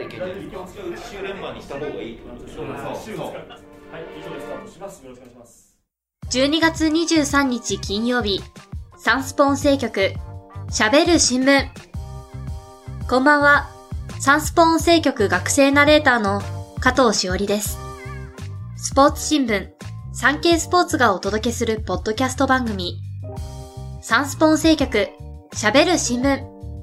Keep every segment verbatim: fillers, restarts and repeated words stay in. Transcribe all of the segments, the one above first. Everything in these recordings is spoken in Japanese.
現実を使う奇襲連番にした方がいいってことでしょ。そうそう。はい、以上でスタートします。よろしくお願いします。 じゅうにがつにじゅうさんにち金曜日、サンスポ音声局、喋る新聞。こんばんは、サンスポ音声局学生ナレーターの加藤しおりです。スポーツ新聞、サンケイスポーツがお届けするポッドキャスト番組、サンスポ音声局、喋る新聞。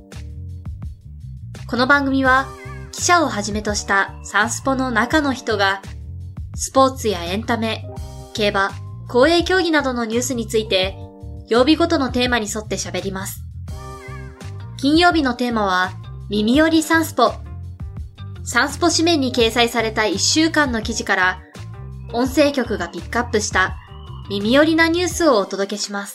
この番組は、記者をはじめとしたサンスポの中の人が、スポーツやエンタメ、競馬、公営競技などのニュースについて、曜日ごとのテーマに沿って喋ります。金曜日のテーマは、耳よりサンスポ。サンスポ紙面に掲載されたいっしゅうかんの記事から、音声局がピックアップした耳よりなニュースをお届けします。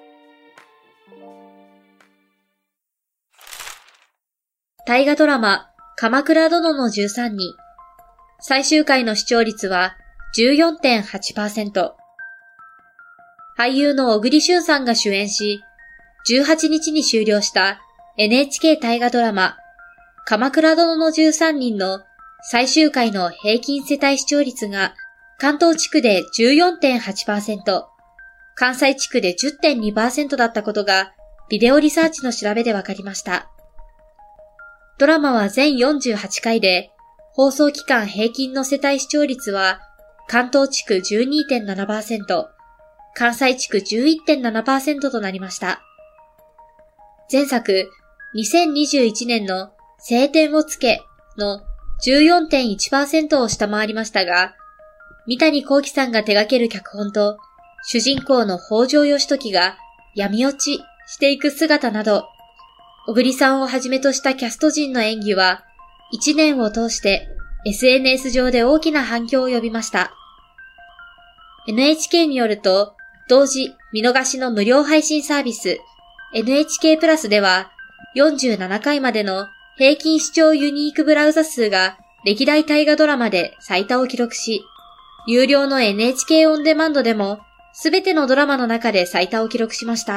大河ドラマ、鎌倉殿のじゅうさんにん。最終回の視聴率は じゅうよんてんはちパーセント。俳優の小栗旬さんが主演し、じゅうはちにちに終了した エヌエイチケー 大河ドラマ、鎌倉殿のじゅうさんにんの最終回の平均世帯視聴率が関東地区で じゅうよんてんはちパーセント、関西地区で じゅってんにパーセント だったことがビデオリサーチの調べで分かりました。ドラマは全よんじゅうはちかいで、放送期間平均の世帯視聴率は関東地区 じゅうにてんななパーセント、関西地区 じゅういってんななパーセント となりました。前作、にせんにじゅういちねんの青天を衝けの じゅうよんてんいちパーセント を下回りましたが、三谷幸喜さんが手掛ける脚本と、主人公の北条義時が闇落ちしていく姿など、小栗さんをはじめとしたキャスト陣の演技は、一年を通して エスエヌエス 上で大きな反響を呼びました。エヌエイチケー によると、同時見逃しの無料配信サービス エヌエイチケー プラスではよんじゅうななかいまでの平均視聴ユニークブラウザ数が歴代大河ドラマで最多を記録し、有料の エヌエイチケー オンデマンドでもすべてのドラマの中で最多を記録しました。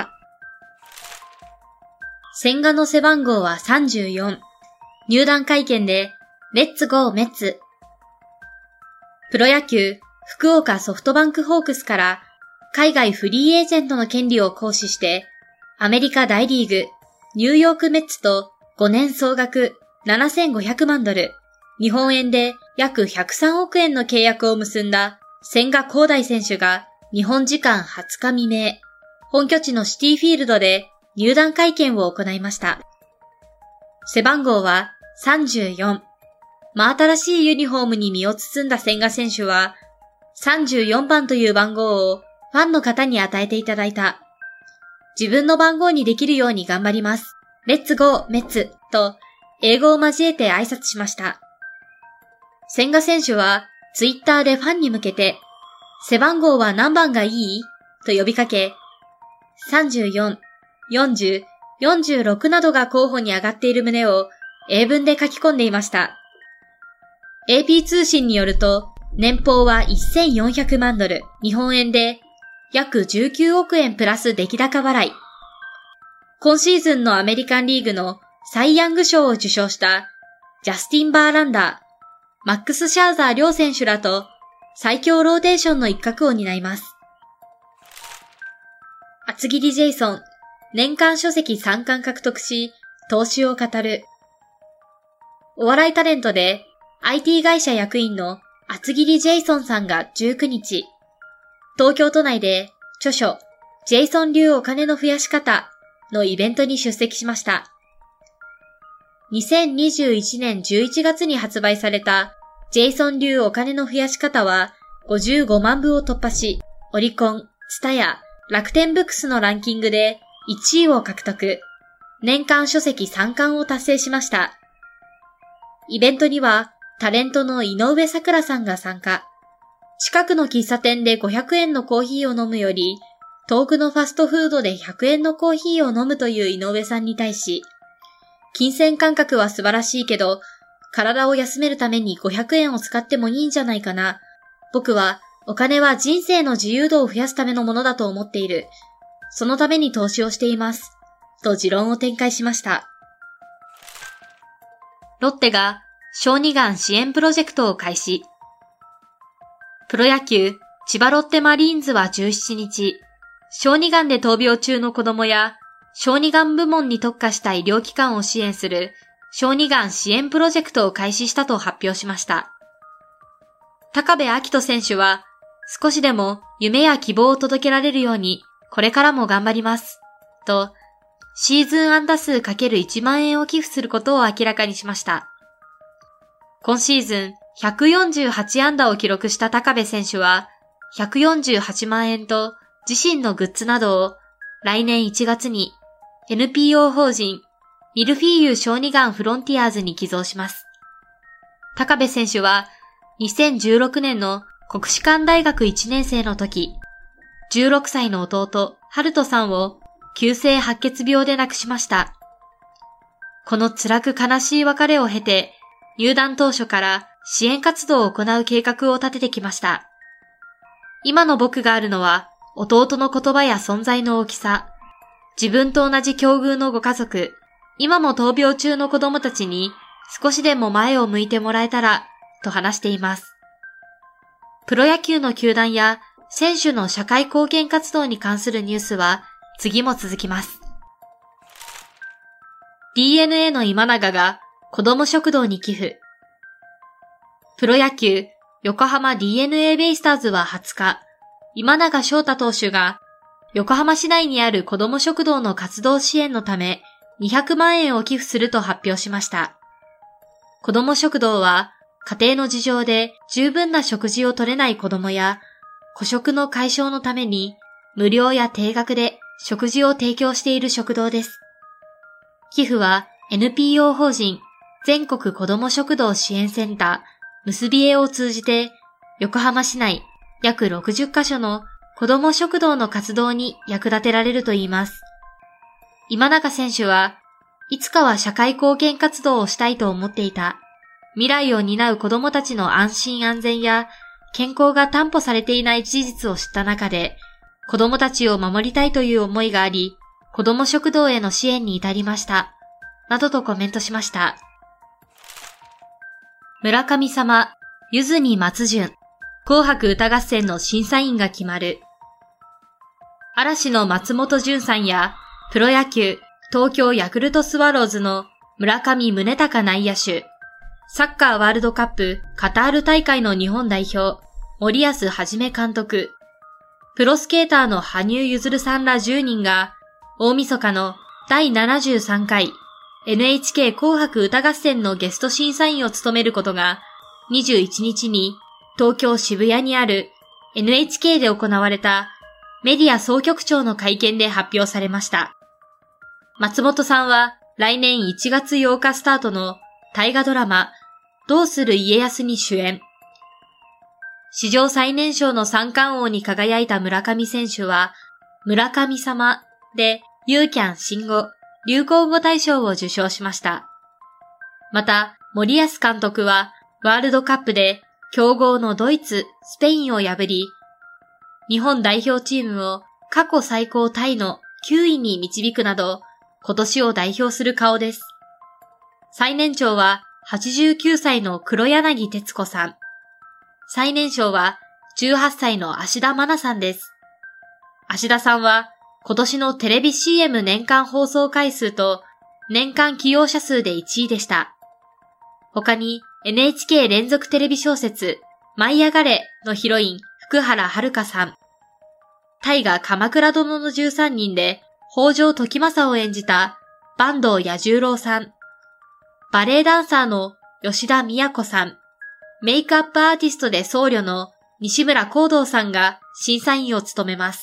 千賀の背番号はさんじゅうよん。入団会見でレッツゴーメッツ。プロ野球福岡ソフトバンクホークスから海外フリーエージェントの権利を行使して、アメリカ大リーグ、ニューヨークメッツとごねん総額ななせんごひゃくまんドル、日本円で約ひゃくさんおくえんの契約を結んだ千賀滉大選手が日本時間はつか未明、本拠地のシティフィールドで入団会見を行いました。背番号はさんじゅうよん。真新しいユニフォームに身を包んだ千賀選手は、さんじゅうよんばんという番号をファンの方に与えていただいた。自分の番号にできるように頑張ります。レッツゴーメッツと英語を交えて挨拶しました。千賀選手はツイッターでファンに向けて、背番号は何番がいいと呼びかけ、さんじゅうよん、よんじゅう、よんじゅうろくなどが候補に上がっている旨を英文で書き込んでいました。エーピー 通信によると、年俸はせんよんひゃくまんドル、日本円で約じゅうきゅうおくえんプラス出来高払い。今シーズンのアメリカンリーグのサイ・ヤング賞を受賞したジャスティン・バーランダー、マックス・シャーザー両選手らと最強ローテーションの一角を担います。厚切りジェイソン、年間書籍さんかん獲得し、投資を語る。お笑いタレントで アイティー 会社役員の厚切りジェイソンさんがじゅうくにち、東京都内で著書ジェイソン流お金の増やし方のイベントに出席しました。にせんにじゅういちねんじゅういちがつに発売されたジェイソン流お金の増やし方はごじゅうごまんぶを突破し、オリコン、ツタヤ、楽天ブックスのランキングでいちいを獲得。年間書籍さんかんを達成しました。イベントにはタレントの井上咲楽さんが参加。近くの喫茶店でごひゃくえんのコーヒーを飲むより、遠くのファストフードでひゃくえんのコーヒーを飲むという井上さんに対し、金銭感覚は素晴らしいけど、体を休めるためにごひゃくえんを使ってもいいんじゃないかな。僕はお金は人生の自由度を増やすためのものだと思っている。そのために投資をしています。と持論を展開しました。ロッテが小児がん支援プロジェクトを開始。プロ野球、千葉ロッテマリーンズはじゅうしちにち、小児がんで闘病中の子供や、小児がん部門に特化した医療機関を支援する小児がん支援プロジェクトを開始したと発表しました。高部瑛斗選手は、少しでも夢や希望を届けられるように、これからも頑張ります。と、シーズン安打数 ×いちまんえんを寄付することを明らかにしました。今シーズンひゃくよんじゅうはちあんだを記録した高部選手は、ひゃくよんじゅうはちまんえんと自身のグッズなどを来年いちがつに エヌピーオー 法人ミルフィーユ小児がんフロンティアーズに寄贈します。高部選手はにせんじゅうろくねんの国士舘大学いちねん生の時、じゅうろくさいの弟、春人さんを急性白血病で亡くしました。この辛く悲しい別れを経て、入団当初から支援活動を行う計画を立ててきました。今の僕があるのは、弟の言葉や存在の大きさ、自分と同じ境遇のご家族、今も闘病中の子供たちに少しでも前を向いてもらえたら、と話しています。プロ野球の球団や選手の社会貢献活動に関するニュースは次も続きます。ディーエヌエー の今永が子ども食堂に寄付。プロ野球横浜 ディーエヌエー ベイスターズははつか、今永昇太投手が横浜市内にある子ども食堂の活動支援のためにひゃくまんえんを寄付すると発表しました。子ども食堂は家庭の事情で十分な食事をとれない子どもや孤食の解消のために無料や低額で食事を提供している食堂です。寄付は エヌピーオー 法人全国子ども食堂支援センター結び絵を通じて横浜市内約ろくじゅっかしょの子ども食堂の活動に役立てられるといいます。今永選手はいつかは社会貢献活動をしたいと思っていた。未来を担う子どもたちの安心安全や健康が担保されていない事実を知った中で子どもたちを守りたいという思いがあり、子ども食堂への支援に至りました。などとコメントしました。村神様、ゆずに松潤、紅白歌合戦の審査員が決まる。嵐の松本潤さんや、プロ野球、東京ヤクルトスワローズの村上宗隆内野手、サッカーワールドカップカタール大会の日本代表、森保一監督、プロスケーターの羽生結弦さんらじゅうにんが、大晦日のだいななじゅうさんかい エヌエイチケー 紅白歌合戦のゲスト審査員を務めることが、にじゅういちにちに東京渋谷にある エヌエイチケー で行われたメディア総局長の会見で発表されました。松本さんは来年いちがつようかスタートの大河ドラマどうする家康に主演。史上最年少の三冠王に輝いた村上選手は村神様でユーキャン新語・流行語大賞を受賞しました。また森保監督はワールドカップで強豪のドイツ、スペインを破り、日本代表チームを過去最高タイのきゅういに導くなど、今年を代表する顔です。最年長ははちじゅうきゅうさいの黒柳徹子さん。最年少はじゅうはっさいの芦田愛菜さんです。芦田さんは今年のテレビ シーエム 年間放送回数と年間起用者数でいちいでした。他に エヌエイチケー 連続テレビ小説舞い上がれのヒロイン福原遥さん。大河鎌倉殿のじゅうさんにんで北条時政を演じた坂東彌十郎さん。バレエダンサーの吉田都さん。メイクアップアーティストで僧侶の西村宏堂さんが審査員を務めます。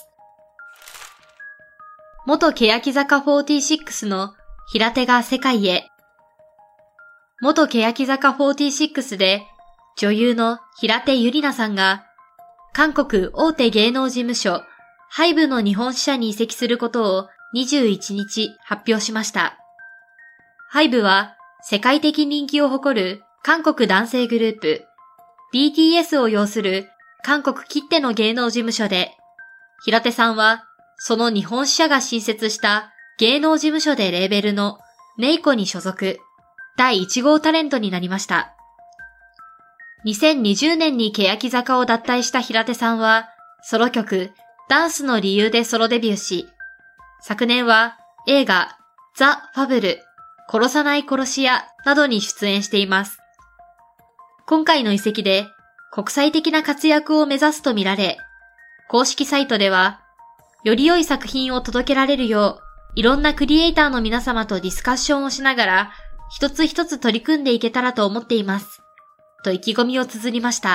元欅坂フォーティーシックスの平手が世界へ。元欅坂フォーティーシックスで女優の平手友梨奈さんが韓国大手芸能事務所ハイブの日本支社に移籍することをにじゅういちにち発表しました。ハイブは世界的人気を誇る韓国男性グループ ビーティーエス を擁する韓国きっての芸能事務所で、平手さんはその日本支社が新設した芸能事務所でレーベルのネイコに所属。 だいいち号タレントになりました。にせんにじゅうねんに欅坂を脱退した平手さんは、ソロ曲、ダンスの理由でソロデビューし、昨年は映画、ザ・ファブル、殺さない殺し屋などに出演しています。今回の移籍で国際的な活躍を目指すとみられ、公式サイトでは、より良い作品を届けられるよう、いろんなクリエイターの皆様とディスカッションをしながら、一つ一つ取り組んでいけたらと思っています。と意気込みを綴りました。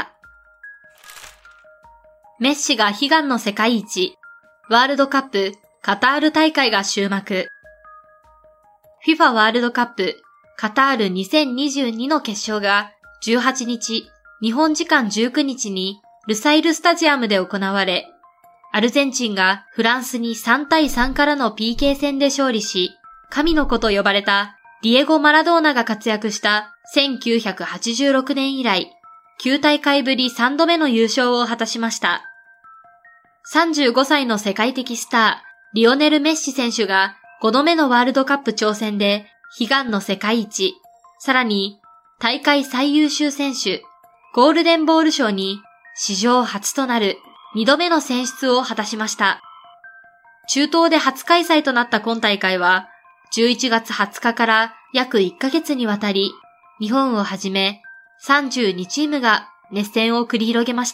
メッシが悲願の世界一、ワールドカップカタール大会が終幕。フィファ ワールドカップカタールにせんにじゅうにの決勝がじゅうはちにち、日本時間じゅうくにちにルサイルスタジアムで行われ、アルゼンチンがフランスにさんたいさんからの ピーケー 戦で勝利し、神の子と呼ばれたディエゴ・マラドーナが活躍したせんきゅうひゃくはちじゅうろくねん以来、きゅう大会ぶりさんどめの優勝を果たしました。さんじゅうごさいの世界的スター、リオネル・メッシ選手がごどめのワールドカップ挑戦で悲願の世界一、さらに大会最優秀選手、ゴールデンボール賞に史上初となるにどめの選出を果たしました。中東で初開催となった今大会は、じゅういちがつはつかから約いっかげつにわたり、日本をはじめさんじゅうにチームが熱戦を繰り広げました。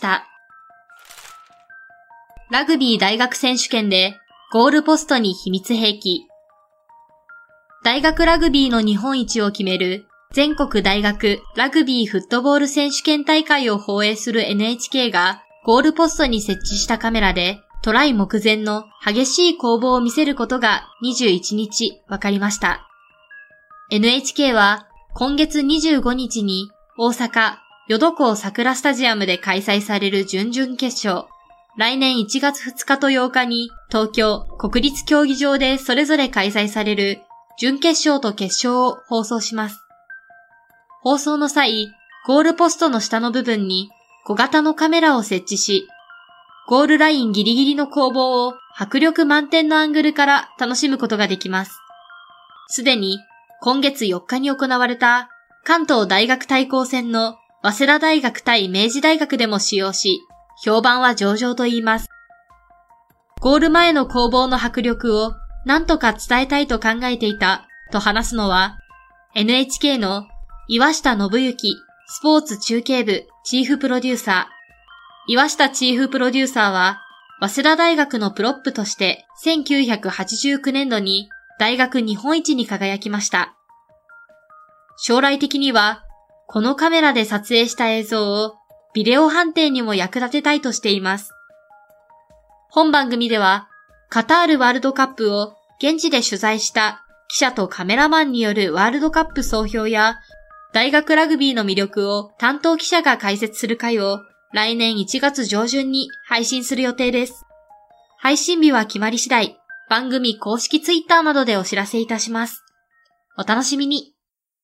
ラグビー大学選手権でゴールポストに秘密兵器。大学ラグビーの日本一を決める全国大学ラグビーフットボール選手権大会を放映する エヌエイチケー がゴールポストに設置したカメラでトライ目前の激しい攻防を見せることがにじゅういちにち分かりました。エヌエイチケー は今月にじゅうごにちに大阪淀港桜スタジアムで開催される準々決勝、来年いちがつふつかとようかに東京国立競技場でそれぞれ開催される準決勝と決勝を放送します。放送の際、ゴールポストの下の部分に小型のカメラを設置し、ゴールラインギリギリの攻防を迫力満点のアングルから楽しむことができます。すでに今月よっかに行われた関東大学対抗戦の早稲田大学対明治大学でも使用し、評判は上々と言います。ゴール前の攻防の迫力を何とか伝えたいと考えていたと話すのは エヌエイチケー の岩下信之スポーツ中継部チーフプロデューサー。岩下チーフプロデューサーは早稲田大学のプロップとしてせんきゅうひゃくはちじゅうきゅうねんどに大学日本一に輝きました。将来的にはこのカメラで撮影した映像をビデオ判定にも役立てたいとしています。本番組ではカタールワールドカップを現地で取材した記者とカメラマンによるワールドカップ総評や大学ラグビーの魅力を担当記者が解説する回を来年いちがつじょうじゅんに配信する予定です。配信日は決まり次第、番組公式ツイッターなどでお知らせいたします。お楽しみに。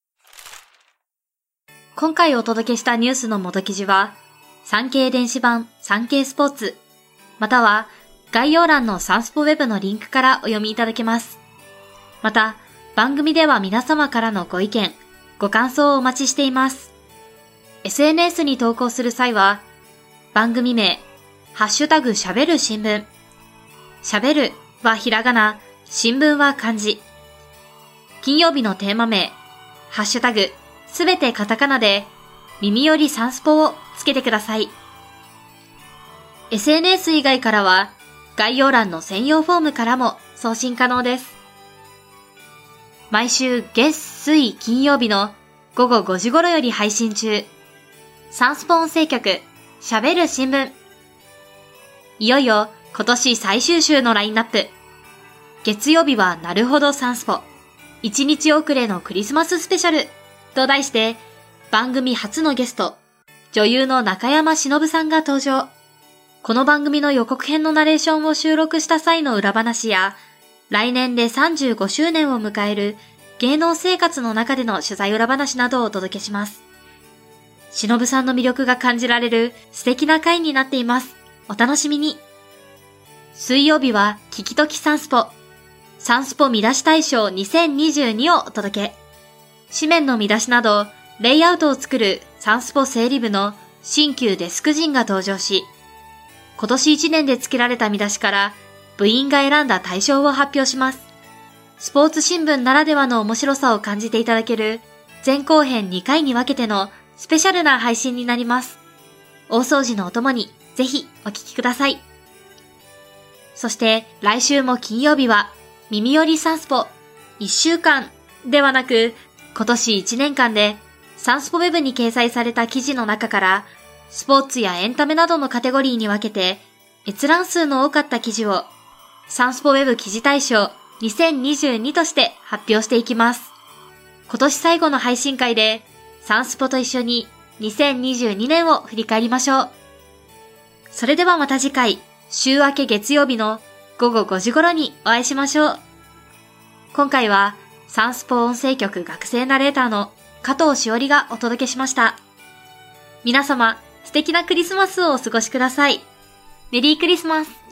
今回お届けしたニュースの元記事は、産経電子版産経スポーツ、または概要欄のサンスポウェブのリンクからお読みいただけます。また、番組では皆様からのご意見、ご感想をお待ちしています。エスエヌエス に投稿する際は、番組名、ハッシュタグしゃべる新聞。しゃべるはひらがな、新聞は漢字。金曜日のテーマ名、ハッシュタグ、すべてカタカナで、耳よりサンスポをつけてください。エスエヌエス 以外からは、概要欄の専用フォームからも送信可能です。毎週月水金曜日のごごごじ頃より配信中。サンスポ音声局、しゃべる新聞。いよいよ今年最終週のラインナップ。月曜日はなるほどサンスポ。一日遅れのクリスマススペシャルと題して、番組初のゲスト、女優の中山忍さんが登場。この番組の予告編のナレーションを収録した際の裏話や、来年でさんじゅうごしゅうねんを迎える芸能生活の中での取材裏話などをお届けします。忍さんの魅力が感じられる素敵な回になっています。お楽しみに。水曜日は聞きときサンスポ。サンスポ見出し大賞にせんにじゅうにをお届け。 紙面の見出しなど、レイアウトを作るサンスポ整理部の新旧デスク陣が登場し、今年いちねんで付けられた見出しから部員が選んだ大賞を発表します。スポーツ新聞ならではの面白さを感じていただける前後編にかいに分けてのスペシャルな配信になります。大掃除のお供にぜひお聞きください。そして来週も金曜日は耳よりサンスポいっしゅうかんではなく、今年いちねんかんでサンスポウェブに掲載された記事の中からスポーツやエンタメなどのカテゴリーに分けて閲覧数の多かった記事をサンスポウェブ記事大賞にせんにじゅうにとして発表していきます。今年最後の配信会でサンスポと一緒ににせんにじゅうにねんを振り返りましょう。それではまた次回、週明け月曜日のごごごじ頃にお会いしましょう。今回はサンスポ音声局学生ナレーターの加藤しおりがお届けしました。皆様、素敵なクリスマスをお過ごしください。メリークリスマス。